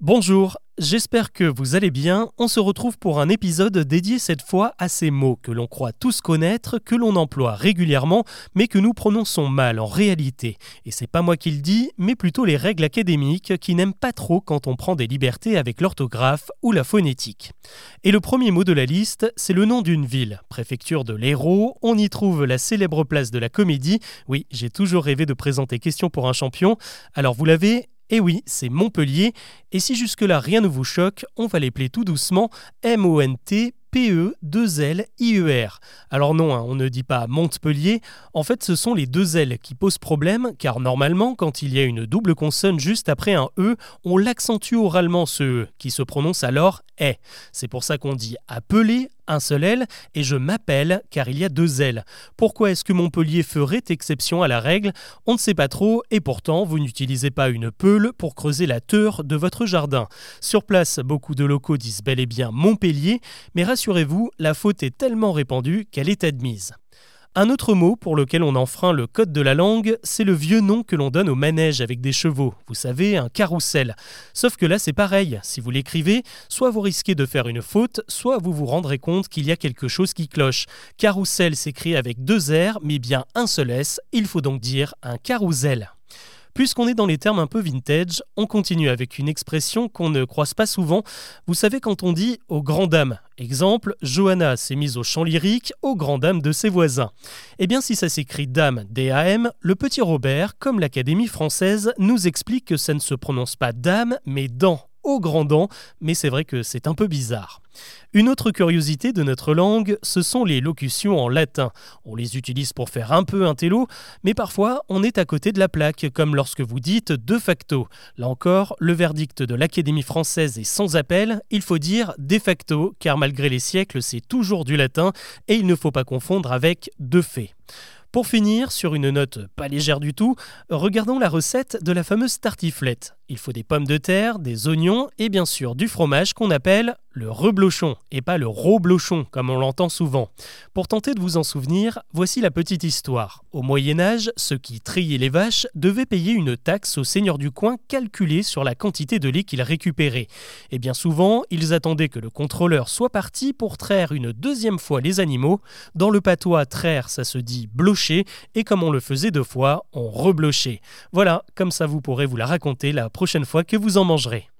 Bonjour, j'espère que vous allez bien. On se retrouve pour un épisode dédié cette fois à ces mots que l'on croit tous connaître, que l'on emploie régulièrement, mais que nous prononçons mal en réalité. Et c'est pas moi qui le dis, mais plutôt les règles académiques qui n'aiment pas trop quand on prend des libertés avec l'orthographe ou la phonétique. Et le premier mot de la liste, c'est le nom d'une ville. Préfecture de l'Hérault, on y trouve la célèbre place de la Comédie. Oui, j'ai toujours rêvé de présenter Question pour un champion. Alors vous l'avez ? Et oui, c'est Montpellier, et si jusque-là rien ne vous choque, on va l'épeler tout doucement Montpellier. Alors non, on ne dit pas Montpellier, en fait ce sont les deux L qui posent problème, car normalement, quand il y a une double consonne juste après un E, on l'accentue oralement ce E, qui se prononce alors est. C'est pour ça qu'on dit appeler, un seul L, et je m'appelle, car il y a deux L. Pourquoi est-ce que Montpellier ferait exception à la règle ? On ne sait pas trop, et pourtant, vous n'utilisez pas une peule pour creuser la teure de votre jardin. Sur place, beaucoup de locaux disent bel et bien Montpellier, mais rassurez-vous, la faute est tellement répandue qu'elle est admise. Un autre mot pour lequel on enfreint le code de la langue, c'est le vieux nom que l'on donne au manège avec des chevaux. Vous savez, un carrousel. Sauf que là, c'est pareil. Si vous l'écrivez, soit vous risquez de faire une faute, soit vous vous rendrez compte qu'il y a quelque chose qui cloche. Carrousel s'écrit avec deux R, mais bien un seul S. Il faut donc dire un carrousel. Puisqu'on est dans les termes un peu vintage, on continue avec une expression qu'on ne croise pas souvent. Vous savez quand on dit « aux grandes dames ». Exemple, Johanna s'est mise au chant lyrique aux grandes dames de ses voisins. Eh bien si ça s'écrit dame, D-A-M, le petit Robert, comme l'Académie française, nous explique que ça ne se prononce pas dame, mais dent. Au grand dent, mais c'est vrai que c'est un peu bizarre. Une autre curiosité de notre langue, ce sont les locutions en latin. On les utilise pour faire un peu un télo, mais parfois on est à côté de la plaque, comme lorsque vous dites de facto. Là encore, le verdict de l'Académie française est sans appel, il faut dire de facto, car malgré les siècles, c'est toujours du latin, et il ne faut pas confondre avec de fait. Pour finir, sur une note pas légère du tout, regardons la recette de la fameuse tartiflette. Il faut des pommes de terre, des oignons et bien sûr du fromage qu'on appelle le reblochon et pas le roblochon comme on l'entend souvent. Pour tenter de vous en souvenir, voici la petite histoire. Au Moyen-Âge, ceux qui triaient les vaches devaient payer une taxe au seigneur du coin calculée sur la quantité de lait qu'ils récupéraient. Et bien souvent, ils attendaient que le contrôleur soit parti pour traire une deuxième fois les animaux. Dans le patois, traire, ça se dit blocher, et comme on le faisait deux fois, on reblochait. Voilà, comme ça vous pourrez vous la raconter la prochaine fois que vous en mangerez.